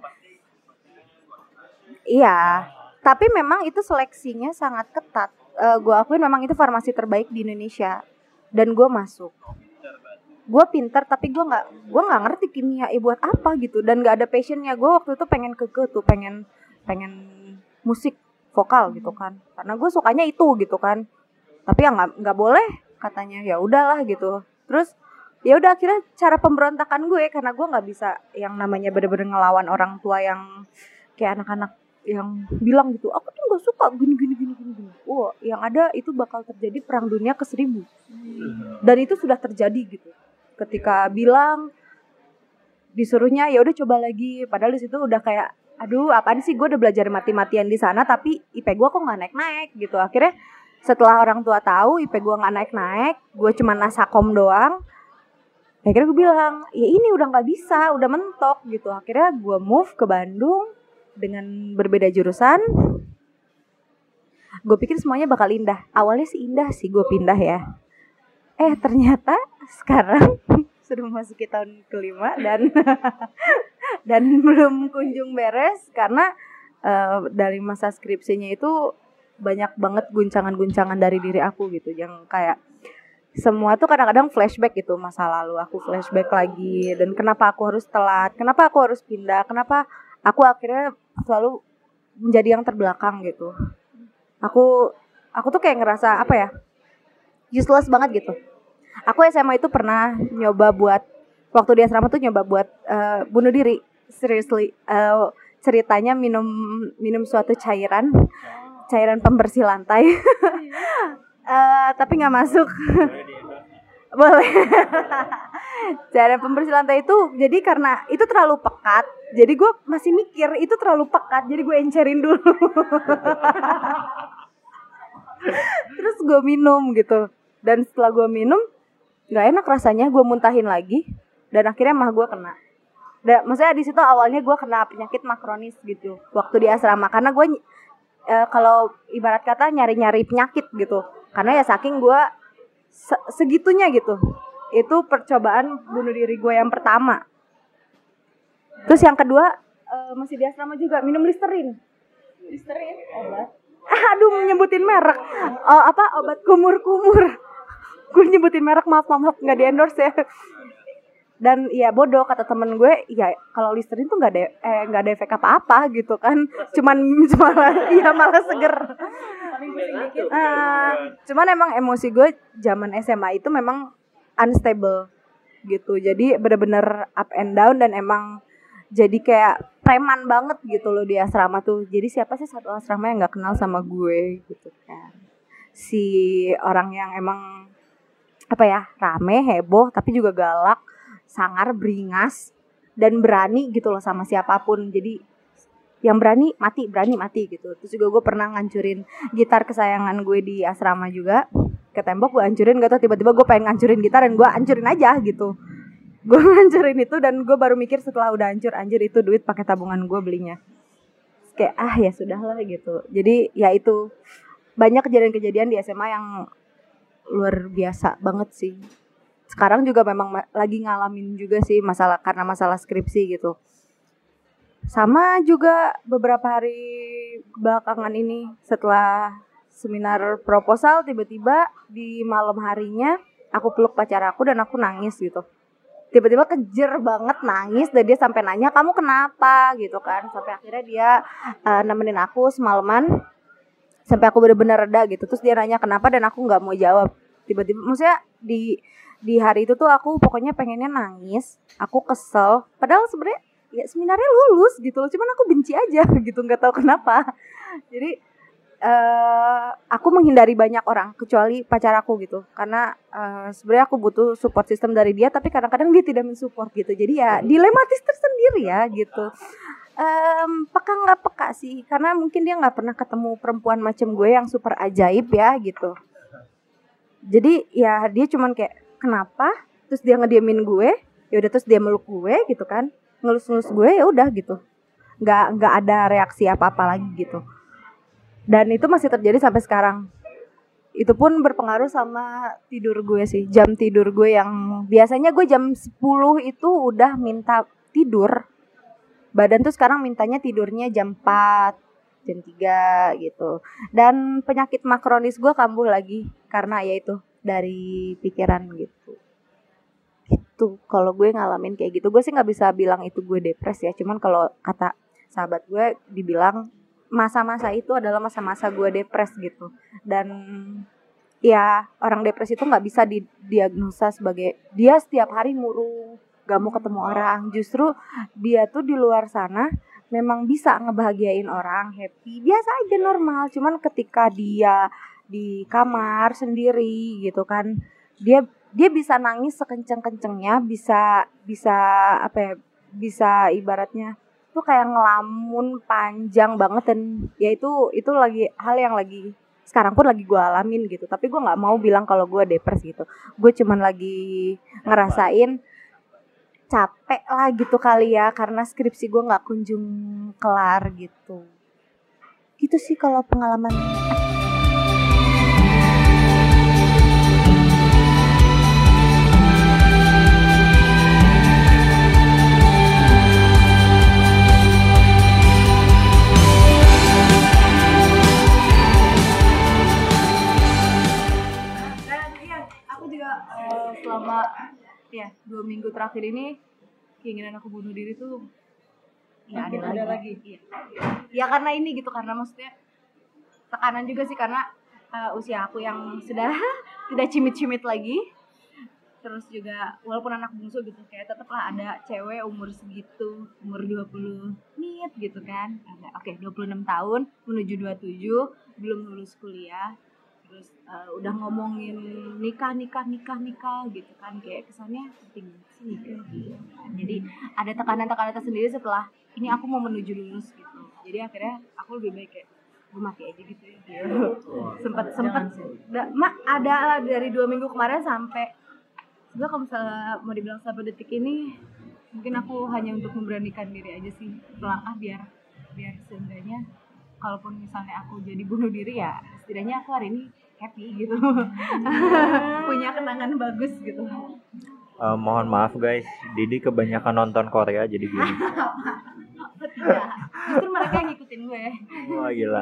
Iya, tapi memang itu seleksinya sangat ketat. Gue akuin memang itu farmasi terbaik di Indonesia dan gue masuk. Gue pinter tapi gue nggak ngerti kimia buat apa gitu dan nggak ada passionnya. Gue waktu itu pengen pengen musik vokal gitu kan, karena gue sukanya itu gitu kan. Tapi ya nggak boleh katanya, ya udahlah gitu. Terus ya udah akhirnya cara pemberontakan gue karena gue nggak bisa yang namanya bener-bener ngelawan orang tua yang kayak anak-anak yang bilang gitu, aku tuh nggak suka gini. Oh, yang ada itu bakal terjadi perang dunia ke-1000. Dan itu sudah terjadi gitu. Ketika bilang disuruhnya ya udah coba lagi, padahal di situ udah kayak aduh apaan sih, gue udah belajar mati-matian di sana tapi IP gue kok nggak naik-naik gitu. Akhirnya setelah orang tua tahu IP gue nggak naik-naik, gue cuma nasakom doang. Akhirnya gue bilang ya ini udah nggak bisa, udah mentok gitu. Akhirnya gue move ke Bandung dengan berbeda jurusan. Gue pikir semuanya bakal indah. Awalnya sih indah sih gue pindah ya. Ternyata sekarang sudah memasuki tahun kelima dan dan belum kunjung beres karena dari masa skripsinya itu banyak banget guncangan-guncangan dari diri aku gitu, yang kayak semua tuh kadang-kadang flashback gitu, masa lalu aku flashback lagi dan kenapa aku harus telat, kenapa aku harus pindah, kenapa aku akhirnya selalu menjadi yang terbelakang gitu. Aku tuh kayak ngerasa apa ya, useless banget gitu. Aku SMA itu pernah nyoba buat, waktu di asrama tuh nyoba buat bunuh diri. Seriously, ceritanya minum suatu cairan pembersih lantai. Tapi nggak masuk. Boleh. Cairan pembersih lantai itu jadi karena itu terlalu pekat. Jadi gue masih mikir itu terlalu pekat, jadi gue encerin dulu. Terus gue minum gitu. Dan setelah gue minum nggak enak rasanya, gue muntahin lagi dan akhirnya mah gue kena. Maksudnya di situ awalnya gue kena penyakit mah kronis gitu waktu di asrama, karena gue kalau ibarat kata nyari penyakit gitu, karena ya saking gue segitunya gitu. Itu percobaan bunuh diri gue yang pertama. Terus yang kedua masih di asrama juga, minum Listerin obat. Aduh, nyebutin merek. Obat kumur-kumur. Gue nyebutin merek, maaf nggak di endorse ya. Dan ya bodoh kata temen gue, ya kalau Listerin tuh nggak ada efek apa-apa gitu kan, cuman malah seger. Cuman emang emosi gue zaman SMA itu memang unstable gitu, jadi bener-bener up and down dan emang jadi kayak preman banget gitu loh di asrama tuh. Jadi siapa sih satu asrama yang nggak kenal sama gue gitu kan, si orang yang emang rame, heboh, tapi juga galak, sangar, beringas, dan berani gitu loh sama siapapun. Jadi yang berani mati gitu. Terus juga gue pernah ngancurin gitar kesayangan gue di asrama juga, ke tembok gue hancurin, gak tau tiba-tiba gue pengen ngancurin gitar dan gue hancurin aja gitu. Gue ngancurin itu dan gue baru mikir setelah udah hancur, anjir itu duit pakai tabungan gue belinya. Kayak ya sudahlah gitu. Jadi ya itu banyak kejadian-kejadian di SMA yang luar biasa banget sih. Sekarang juga memang lagi ngalamin juga sih karena masalah skripsi gitu. Sama juga beberapa hari belakangan ini setelah seminar proposal, tiba-tiba di malam harinya aku peluk pacar aku dan aku nangis gitu. Tiba-tiba kejer banget nangis dan dia sampai nanya kamu kenapa gitu kan. Sampai akhirnya dia nemenin aku semalaman sampai aku benar-benar reda gitu. Terus dia nanya kenapa dan aku nggak mau jawab. Tiba-tiba maksudnya di hari itu tuh aku pokoknya pengennya nangis, aku kesel. Padahal sebenarnya ya seminarnya lulus gitu loh, cuman aku benci aja gitu, nggak tahu kenapa. Jadi aku menghindari banyak orang kecuali pacar aku gitu, karena sebenarnya aku butuh support system dari dia, tapi kadang-kadang dia tidak mensupport gitu, jadi ya dilematis tersendiri ya gitu. Peka nggak peka sih, karena mungkin dia nggak pernah ketemu perempuan macam gue yang super ajaib ya gitu. Jadi ya dia cuman kayak kenapa, terus dia ngediemin gue, ya udah, terus dia meluk gue gitu kan, ngelus-ngelus gue, ya udah gitu, nggak ada reaksi apa-apa lagi gitu. Dan itu masih terjadi sampai sekarang. Itu pun berpengaruh sama tidur gue sih. Jam tidur gue yang biasanya gue jam 10 itu udah minta tidur. Badan tuh sekarang mintanya tidurnya jam 4, jam 3 gitu. Dan penyakit makronis gue kambuh lagi karena ya itu dari pikiran gitu. Itu kalau gue ngalamin kayak gitu, gue sih nggak bisa bilang itu gue depres ya. Cuman kalau kata sahabat gue dibilang masa-masa itu adalah masa-masa gue depres gitu. Dan ya orang depres itu nggak bisa didiagnosa sebagai dia setiap hari murung, gak mau ketemu orang. Justru dia tuh di luar sana memang bisa ngebahagiain orang, happy, biasa aja normal. Cuman ketika dia di kamar sendiri gitu kan, dia bisa nangis sekenceng-kencengnya, bisa apa ya, bisa ibaratnya tuh kayak ngelamun panjang banget. Dan ya itu lagi hal yang lagi sekarang pun lagi gue alamin gitu. Tapi gue nggak mau bilang kalau gue depres gitu. Gue cuman lagi ngerasain capek lah gitu kali ya, karena skripsi gue nggak kunjung kelar gitu. Gitu sih kalau pengalaman. Selama ya 2 minggu terakhir ini keinginan aku bunuh diri tuh ya ada lagi. Iya. Ya karena ini gitu, karena maksudnya tekanan juga sih, karena usia aku yang sudah tidak cimit-cimit lagi. Terus juga walaupun anak bungsu gitu, kayak tetaplah ada cewek umur segitu, umur 20 nit gitu kan. Oke, 26 tahun menuju 27, belum lulus kuliah. Terus udah ngomongin nikah gitu kan, kayak kesannya penting sih nikah gitu. Jadi ada tekanan-tekanan tersendiri setelah ini aku mau menuju lulus gitu. Jadi akhirnya aku lebih baik kayak gue mati aja gitu ya. Sempet ada lah dari 2 minggu kemarin sampai sebenarnya kalau misalnya mau dibilang sampai detik ini, mungkin aku hanya untuk memberanikan diri aja sih melangkah biar seenggaknya kalaupun misalnya aku jadi bunuh diri ya setidaknya aku hari ini happy gitu. Punya kenangan bagus gitu. Mohon maaf guys, Didi kebanyakan nonton Korea jadi gini. Tidak, justru mereka yang ngikutin gue. Wah gila.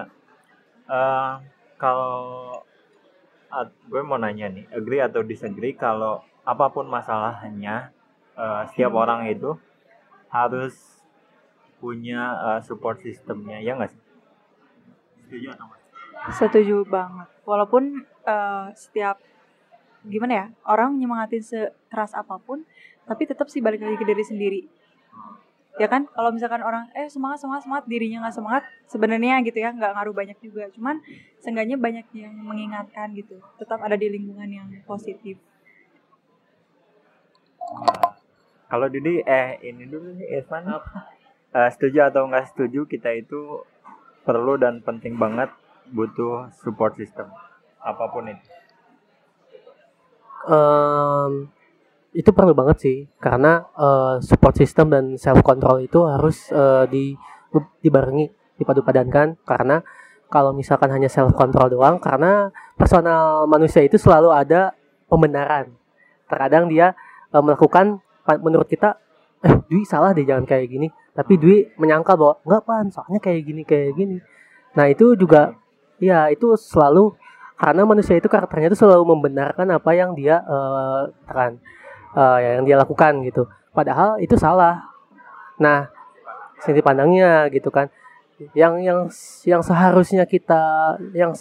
Kalau gue mau nanya nih, agree atau disagree kalau apapun masalahnya, setiap orang itu harus punya support systemnya, ya nggak sih? Setuju atau enggak? Setuju banget. Walaupun setiap gimana ya, orang nyemangatin sekeras apapun, tapi tetap sih balik lagi ke diri sendiri. Ya kan, kalau misalkan orang semangat, dirinya nggak semangat, sebenarnya gitu ya nggak ngaruh banyak juga. Cuman seenggaknya banyak yang mengingatkan gitu. Tetap ada di lingkungan yang positif. Kalau Didi ini dulu nih Irfan, setuju atau nggak setuju kita itu perlu dan penting banget butuh support system apapun itu. Itu perlu banget sih, karena support system dan self control itu harus dibarengi, dipadu-padankan. Karena kalau misalkan hanya self control doang, karena personal manusia itu selalu ada pembenaran. Terkadang dia melakukan menurut kita Dwi salah deh, jangan kayak gini, tapi Dwi menyangka bahwa enggak pan, soalnya kayak gini. Nah itu juga ya itu selalu, karena manusia itu karakternya itu selalu membenarkan apa yang dia yang dia lakukan gitu, padahal itu salah. Nah sisi pandangnya gitu kan, yang seharusnya kita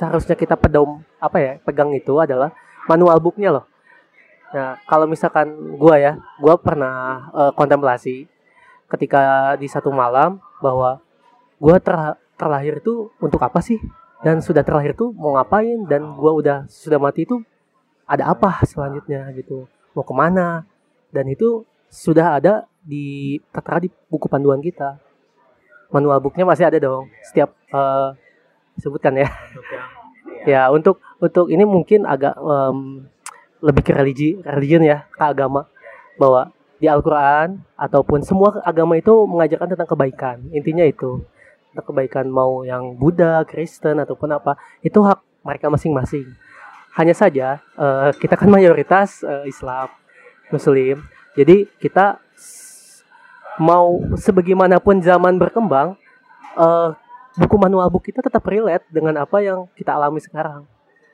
pegang itu adalah manual booknya loh. Nah kalau misalkan gue pernah kontemplasi ketika di satu malam bahwa gue terlahir itu untuk apa sih dan sudah terlahir tuh mau ngapain, dan gua sudah mati itu ada apa selanjutnya gitu, mau kemana, dan itu sudah ada tertera di buku panduan kita. Manual booknya masih ada dong setiap sebutkan ya. Ya untuk ini mungkin agak lebih ke religion ya, ke agama, bahwa di Al-Quran ataupun semua agama itu mengajarkan tentang kebaikan. Intinya itu tentang kebaikan, mau yang Buddha, Kristen ataupun apa, itu hak mereka masing-masing. Hanya saja kita kan mayoritas Islam, Muslim. Jadi kita mau sebagaimanapun zaman berkembang, buku manual book kita tetap relate dengan apa yang kita alami sekarang.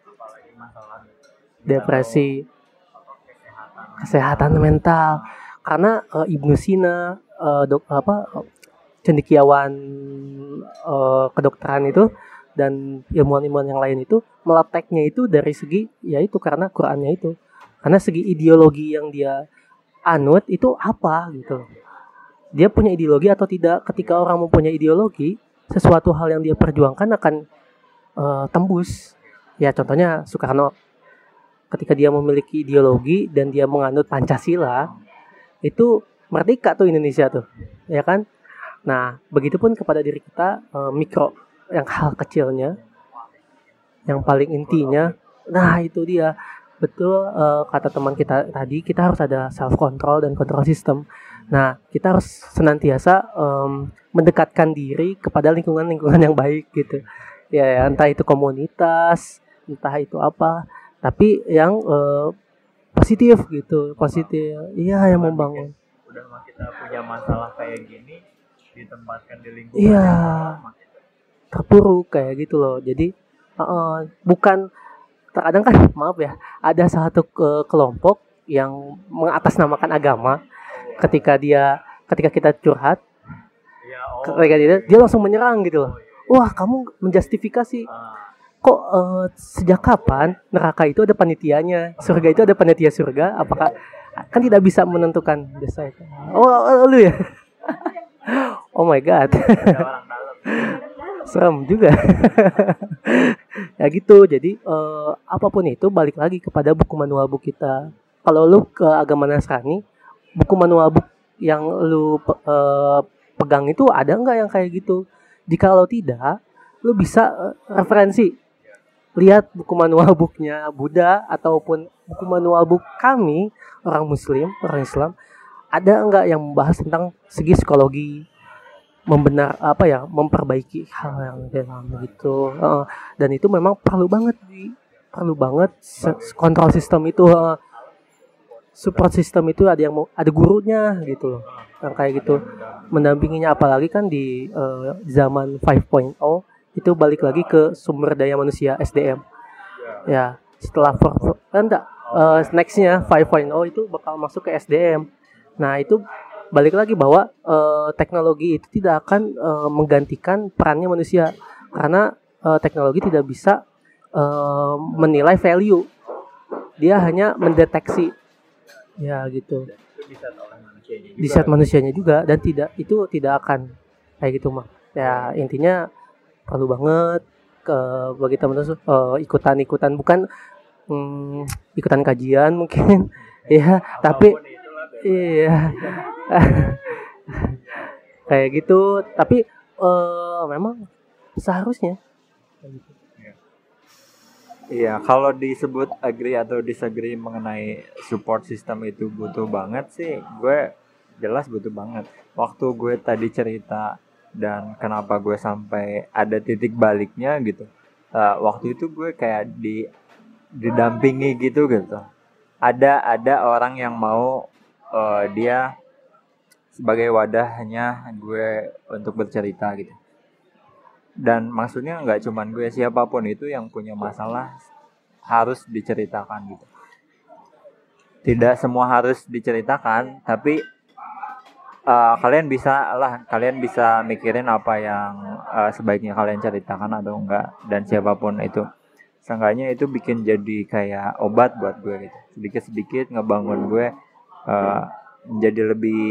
Depresi, kesehatan mental. Karena Ibnu Sina, cendekiawan kedokteran itu dan ilmuwan-ilmuwan yang lain itu meletaknya itu dari segi, yaitu karena Qurannya itu, karena segi ideologi yang dia anut itu apa gitu. Dia punya ideologi atau tidak. Ketika orang mempunyai ideologi, sesuatu hal yang dia perjuangkan akan tembus. Ya contohnya Soekarno, ketika dia memiliki ideologi dan dia menganut Pancasila, itu merdeka tuh Indonesia tuh, ya kan? Nah, begitupun kepada diri kita, mikro, yang hal kecilnya, yang paling intinya. Nah, itu dia. Betul, kata teman kita tadi, kita harus ada self control dan control system. Nah, kita harus senantiasa mendekatkan diri kepada lingkungan yang baik gitu. Ya, entah itu komunitas, entah itu apa, tapi yang positif gitu, positif. Iya, yang membangun. Udah mah kita punya masalah kayak gini, ditempatkan di lingkungan. Iya, terpuruk kayak gitu loh. Jadi bukan, terkadang kan, maaf ya, ada satu kelompok yang mengatasnamakan agama. Ketika kita curhat, ketika dia langsung menyerang gitu loh. Wah, kamu menjustifikasi. Kok sejak kapan neraka itu ada panitianya, surga itu ada panitia surga? Apakah kan tidak bisa menentukan desa itu? Oh lu ya? Oh my god. Serem juga. Ya gitu. Jadi apapun itu balik lagi kepada buku manual book kita. Kalau lu ke agama Nasrani, buku manual book yang lu pegang itu ada nggak yang kayak gitu? Jikalau tidak, lu bisa referensi. Lihat buku manual booknya Buddha ataupun buku manual book kami, orang Muslim, orang Islam, ada enggak yang membahas tentang segi psikologi, memperbaiki hal yang dalam gitu. Dan itu memang perlu banget kontrol sistem itu, support system itu ada gurunya gitu loh, yang kayak gitu mendampinginya. Apalagi kan di zaman 5.0 itu balik lagi ke sumber daya manusia, SDM. Ya, setelah nextnya 5.0 itu bakal masuk ke SDM. Nah, itu balik lagi bahwa teknologi itu tidak akan menggantikan perannya manusia, karena teknologi tidak bisa menilai value. Dia hanya mendeteksi. Ya, gitu. Di set manusianya juga, dan tidak akan kayak gitu mah. Ya, intinya perlu banget bagi teman-teman ikutan bukan ikutan kajian mungkin ya, tapi iya kayak gitu, tapi memang seharusnya iya. Kalau disebut agree atau disagree mengenai support system itu butuh banget sih, gue jelas butuh banget. Waktu gue tadi cerita dan kenapa gue sampai ada titik baliknya gitu, waktu itu gue kayak didampingi gitu. Ada orang yang mau dia sebagai wadahnya gue untuk bercerita gitu. Dan maksudnya nggak cuman gue, siapapun itu yang punya masalah harus diceritakan gitu. Tidak semua harus diceritakan, tapi kalian bisa mikirin apa yang sebaiknya kalian ceritakan atau enggak. Dan siapapun itu, seenggaknya itu bikin jadi kayak obat buat gue gitu. Sedikit-sedikit ngebangun gue menjadi lebih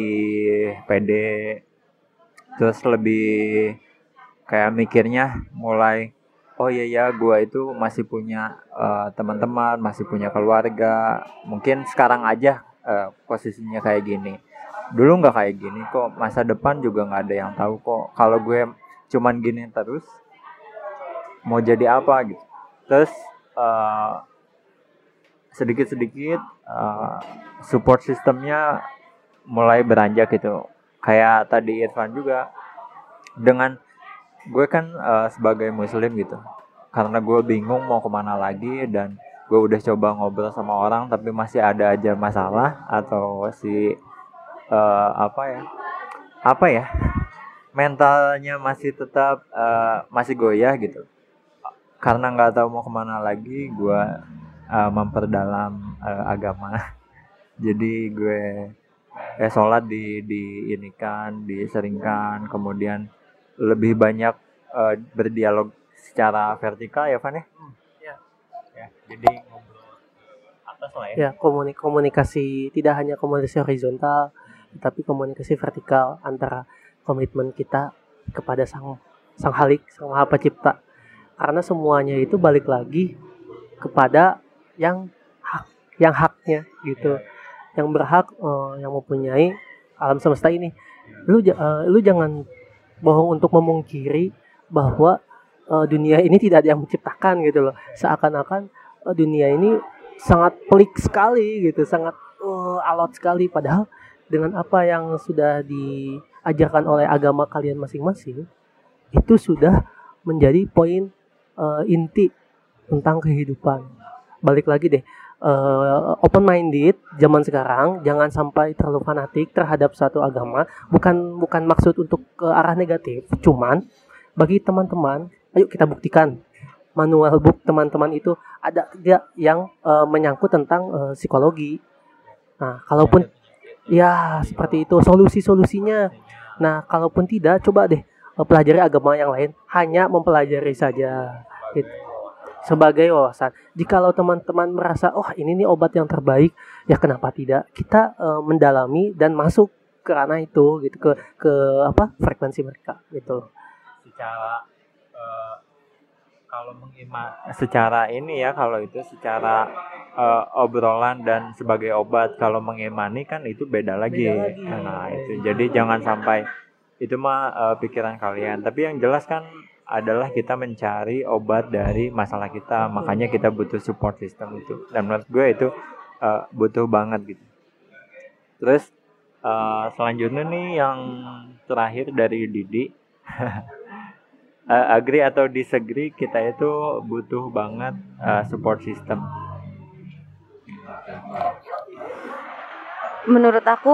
pede, terus lebih kayak mikirnya mulai oh iya ya, gue itu masih punya teman-teman, masih punya keluarga. Mungkin sekarang aja posisinya kayak gini. Dulu nggak kayak gini kok. Masa depan juga nggak ada yang tahu kok. Kalau gue cuman gini terus, mau jadi apa gitu. Terus sedikit-sedikit support sistemnya mulai beranjak gitu. Kayak tadi Irfan juga, dengan gue kan sebagai muslim gitu, karena gue bingung mau kemana lagi, dan gue udah coba ngobrol sama orang tapi masih ada aja masalah, atau si apa ya mentalnya masih tetap masih goyah gitu. Karena nggak tahu mau kemana lagi, gue memperdalam agama. Jadi gue sholat diinikan, diseringkan, kemudian lebih banyak berdialog secara vertikal ya, Van ya? Ya. Ya, jadi ngobrol atas lah ya. Ya, komunikasi tidak hanya komunikasi horizontal, tapi komunikasi vertikal antara komitmen kita kepada sang Halik, sang Maha Pencipta. Karena semuanya itu balik lagi kepada yang haknya gitu, yang berhak, yang mempunyai alam semesta ini. Lu jangan bohong untuk memungkiri bahwa dunia ini tidak ada yang menciptakan gitu loh. Seakan-akan dunia ini sangat pelik sekali gitu, sangat alot sekali, padahal dengan apa yang sudah diajarkan oleh agama kalian masing-masing itu sudah menjadi poin inti tentang kehidupan. Balik lagi deh, open minded zaman sekarang, jangan sampai terlalu fanatik terhadap suatu agama. Bukan maksud untuk ke arah negatif, cuman bagi teman-teman, ayo kita buktikan manual book teman-teman itu ada tidak yang menyangkut tentang psikologi. Nah, kalaupun ya seperti itu solusinya. Nah, kalaupun tidak, coba deh pelajari agama yang lain, hanya mempelajari saja gitu, sebagai wawasan. Jikalau teman-teman merasa ini nih obat yang terbaik, ya kenapa tidak kita mendalami dan masuk ke ranah itu gitu, ke frekuensi mereka gitu loh. Secara kalau secara ini ya, kalau itu secara obrolan dan sebagai obat. Kalau mengimani kan itu beda lagi. Nah itu, jadi jangan sampai itu mah pikiran kalian. Tapi yang jelas kan adalah kita mencari obat dari masalah kita, makanya kita butuh support system itu, dan menurut gue itu butuh banget gitu. Terus selanjutnya nih yang terakhir dari Didi. Agree atau disagree, kita itu butuh banget support system. Menurut aku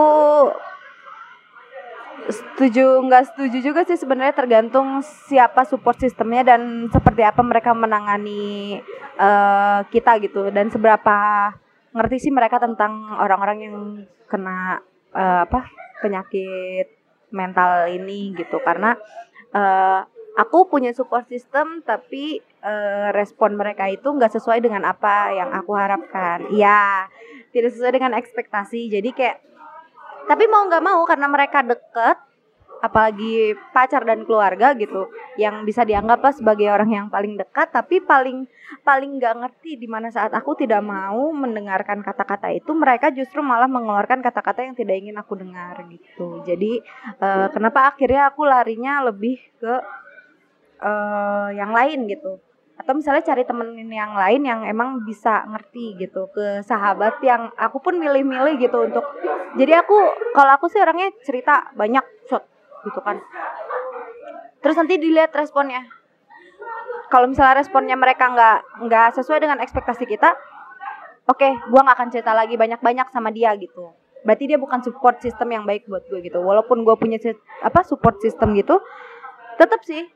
setuju nggak setuju juga sih sebenarnya, tergantung siapa support sistemnya dan seperti apa mereka menangani kita gitu, dan seberapa ngerti sih mereka tentang orang-orang yang kena penyakit mental ini gitu. Karena aku punya support system tapi respon mereka itu nggak sesuai dengan apa yang aku harapkan. Ya, tidak sesuai dengan ekspektasi. Jadi kayak, tapi mau nggak mau karena mereka deket, apalagi pacar dan keluarga gitu, yang bisa dianggap lah sebagai orang yang paling dekat, tapi paling nggak ngerti di mana saat aku tidak mau mendengarkan kata-kata itu, mereka justru malah mengeluarkan kata-kata yang tidak ingin aku dengar gitu. Jadi kenapa akhirnya aku larinya lebih ke yang lain gitu, atau misalnya cari temen yang lain yang emang bisa ngerti gitu, ke sahabat yang aku pun milih-milih gitu untuk, jadi kalau aku sih orangnya cerita banyak shot gitu kan, terus nanti dilihat responnya. Kalau misalnya responnya mereka nggak sesuai dengan ekspektasi kita, oke, gue nggak akan cerita lagi banyak-banyak sama dia gitu. Berarti dia bukan support system yang baik buat gue gitu. Walaupun gue punya support system gitu, tetap sih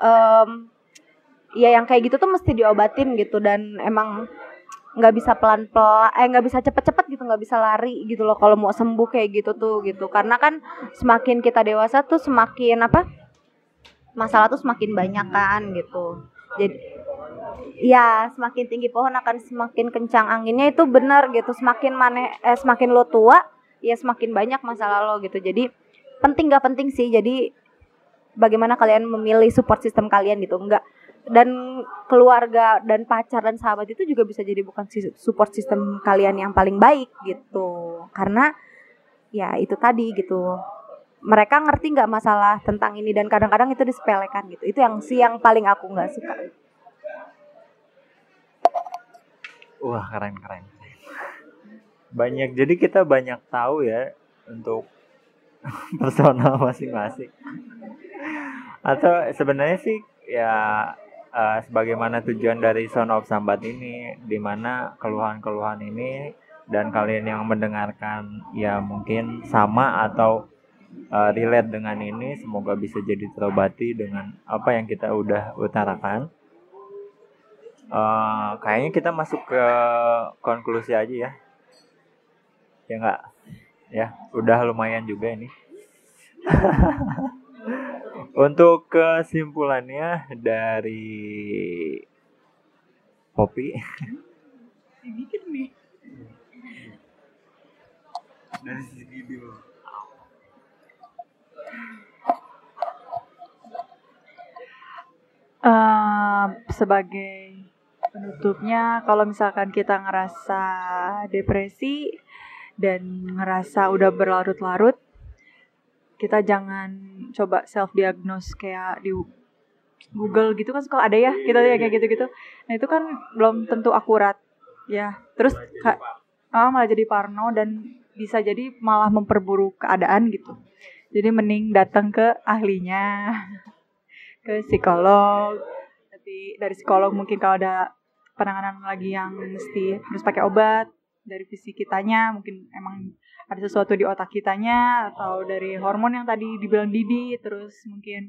ya yang kayak gitu tuh mesti diobatin gitu, dan emang nggak bisa pelan-pelan, nggak bisa cepet-cepet gitu, nggak bisa lari gitu loh kalau mau sembuh kayak gitu tuh gitu. Karena kan semakin kita dewasa tuh semakin masalah tuh semakin banyak kan gitu. Jadi ya semakin tinggi pohon akan semakin kencang anginnya, itu benar gitu. Semakin lo tua ya semakin banyak masalah lo gitu. Jadi penting gak penting sih, jadi bagaimana kalian memilih support system kalian gitu. dan keluarga dan pacar dan sahabat itu juga bisa jadi bukan support system kalian yang paling baik gitu. Karena ya itu tadi gitu, mereka ngerti nggak masalah tentang ini dan kadang-kadang itu disepelekan gitu. Itu yang paling aku nggak suka. Wah, keren. Banyak, jadi kita banyak tahu ya untuk personal masing-masing. Atau sebenarnya sih ya sebagaimana tujuan dari Sound of Sambat ini, di mana keluhan-keluhan ini dan kalian yang mendengarkan ya mungkin sama atau relate dengan ini, semoga bisa jadi terobati dengan apa yang kita udah utarakan. Kayaknya kita masuk ke konklusi aja ya. Ya enggak? Ya, udah lumayan juga ini. Untuk kesimpulannya dari Poppy. Dari segi dulu. Sebagai penutupnya, kalau misalkan kita ngerasa depresi dan ngerasa udah berlarut-larut, kita jangan coba self diagnose kayak di Google gitu kan suka ada ya, kita ya kayak gitu-gitu. Nah itu kan belum tentu akurat ya. Terus malah jadi parno dan bisa jadi malah memperburuk keadaan gitu. Jadi mending datang ke ahlinya, ke psikolog. Tapi dari psikolog mungkin kalau ada penanganan lagi yang mesti harus pakai obat, dari fisik kitanya mungkin emang ada sesuatu di otak kitanya, atau dari hormon yang tadi dibilang Didi, terus mungkin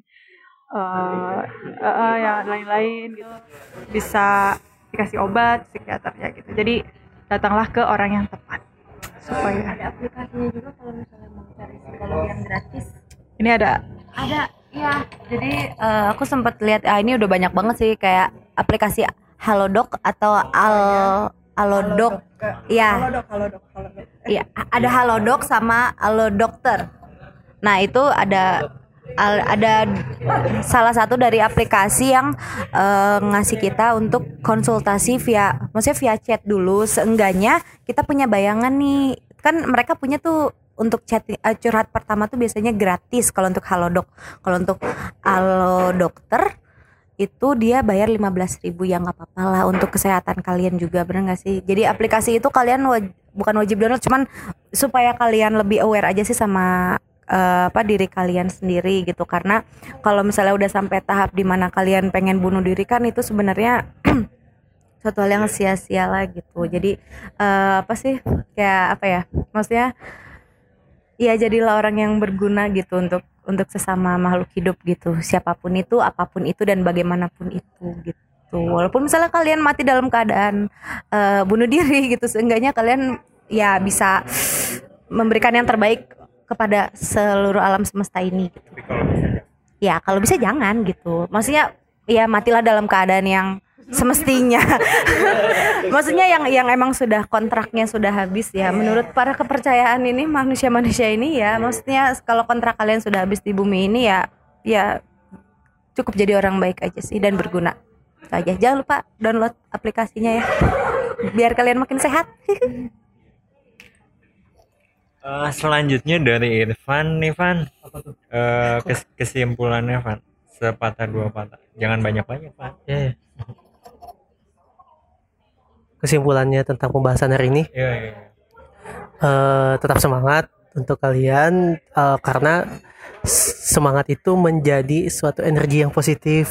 ya lain-lain gitu, bisa dikasih obat psikiaternya gitu. Jadi datanglah ke orang yang tepat supaya Ada aplikasinya juga kalau misalnya mau cari psikolog yang gratis. ini ada Ya. Jadi aku sempat lihat ini udah banyak banget sih, kayak aplikasi Halodoc atau Alodok. Iya. Halodoc. Iya, ada Halodoc sama Alodokter. Nah, itu ada salah satu dari aplikasi yang ngasih kita untuk konsultasi maksudnya via chat dulu. Seenggaknya kita punya bayangan nih. Kan mereka punya tuh untuk chat curhat pertama tuh biasanya gratis kalau untuk Halodoc. Kalau untuk Alodokter itu dia bayar 15.000, ya nggak apa-apa lah untuk kesehatan kalian juga, bener nggak sih? Jadi aplikasi itu kalian bukan wajib download, cuman supaya kalian lebih aware aja sih sama diri kalian sendiri gitu. Karena kalau misalnya udah sampai tahap dimana kalian pengen bunuh diri kan itu sebenarnya suatu hal yang sia-sia lah gitu. Jadi maksudnya ya jadilah orang yang berguna gitu untuk sesama makhluk hidup gitu, siapapun itu, apapun itu, dan bagaimanapun itu gitu. Walaupun misalnya kalian mati dalam keadaan bunuh diri gitu, seenggaknya kalian ya bisa memberikan yang terbaik kepada seluruh alam semesta ini gitu. Ya kalau bisa jangan gitu, maksudnya ya matilah dalam keadaan yang semestinya. Maksudnya yang emang sudah kontraknya sudah habis ya. Menurut para kepercayaan ini, manusia-manusia ini ya, maksudnya kalau kontrak kalian sudah habis di bumi ini ya cukup jadi orang baik aja sih dan berguna. Itu aja. Jangan lupa download aplikasinya ya. Biar kalian makin sehat. Selanjutnya dari Irfan nih, Van. Kesimpulannya, Van. Sepatah dua patah. Jangan banyak-banyak, Van. Kesimpulannya tentang pembahasan hari ini, tetap semangat untuk kalian, karena semangat itu menjadi suatu energi yang positif.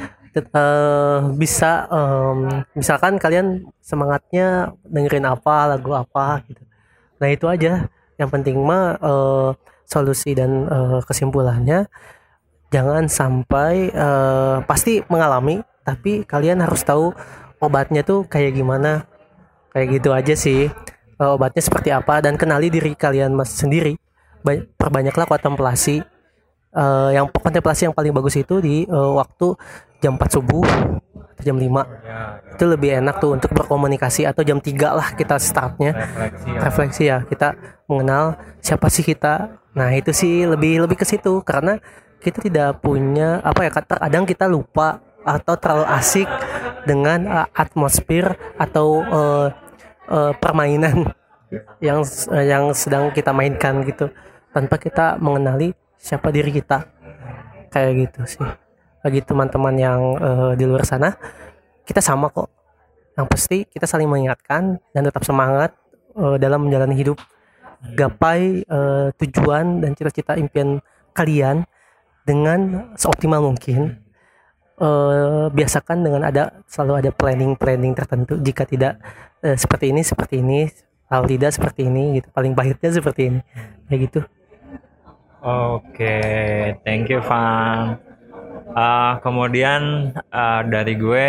Bisa misalkan kalian semangatnya dengerin apa, lagu apa gitu. Nah itu aja. Yang penting mah solusi dan kesimpulannya jangan sampai pasti mengalami, tapi kalian harus tahu obatnya tuh kayak gimana. Kayak gitu aja sih. Obatnya seperti apa, dan kenali diri kalian sendiri. Perbanyaklah kontemplasi. Kontemplasi yang paling bagus itu di waktu jam 4 subuh atau jam 5. Itu lebih enak tuh untuk berkomunikasi, atau jam 3 lah kita startnya. Refleksi ya, kita mengenal siapa sih kita. Nah, itu sih lebih ke situ, karena kita tidak punya kadang kita lupa atau terlalu asik dengan atmosfer atau permainan yang sedang kita mainkan gitu, tanpa kita mengenali siapa diri kita. Kayak gitu sih. Bagi teman-teman yang di luar sana, kita sama kok. Yang pasti kita saling mengingatkan dan tetap semangat dalam menjalani hidup. Gapai tujuan dan cita-cita impian kalian dengan seoptimal mungkin. Biasakan dengan selalu ada planning tertentu. Jika tidak seperti ini, kalau tidak seperti ini gitu. Paling pahitnya seperti ini. Kayak gitu. Oke, thank you Van. Kemudian dari gue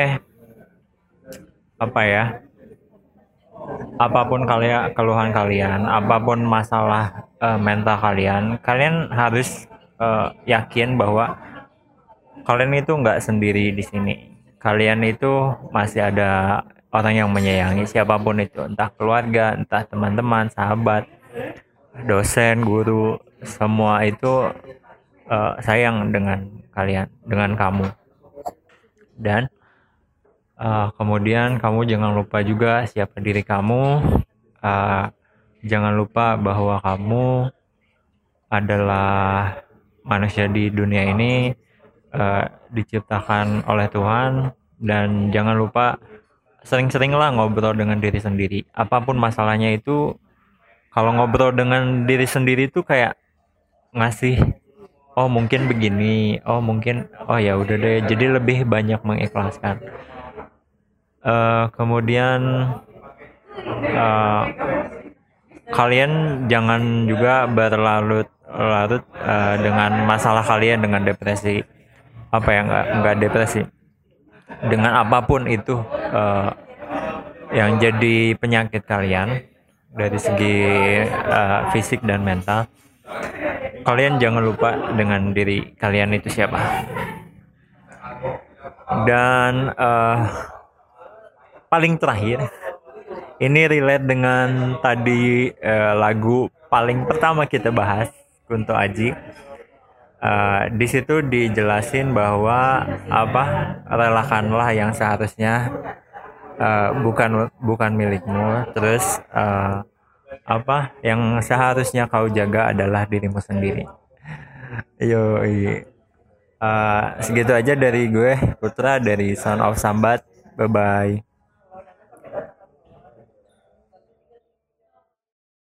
apa ya? Apapun keluhan kalian, apapun masalah mental kalian harus yakin bahwa kalian itu nggak sendiri di sini. Kalian itu masih ada orang yang menyayangi, siapapun itu, entah keluarga, entah teman-teman, sahabat, dosen, guru, semua itu sayang dengan kalian, dengan kamu. Dan kemudian kamu jangan lupa juga siapa diri kamu. Jangan lupa bahwa kamu adalah manusia di dunia ini, diciptakan oleh Tuhan. Dan jangan lupa sering-seringlah ngobrol dengan diri sendiri. Apapun masalahnya itu, kalau ngobrol dengan diri sendiri itu kayak ngasih, oh mungkin begini, oh mungkin, oh ya udah deh, jadi lebih banyak mengikhlaskan. Kemudian kalian jangan juga berlarut-larut dengan masalah kalian, dengan depresi, nggak depresi, dengan apapun itu yang jadi penyakit kalian dari segi fisik dan mental. Kalian jangan lupa dengan diri kalian itu siapa. Dan paling terakhir, ini relate dengan tadi lagu paling pertama kita bahas, Kunto Aji. Di situ dijelasin bahwa relakanlah yang seharusnya bukan milikmu. Terus yang seharusnya kau jaga adalah dirimu sendiri. Segitu aja dari gue, Putra, dari Sound of Sambat. Bye bye.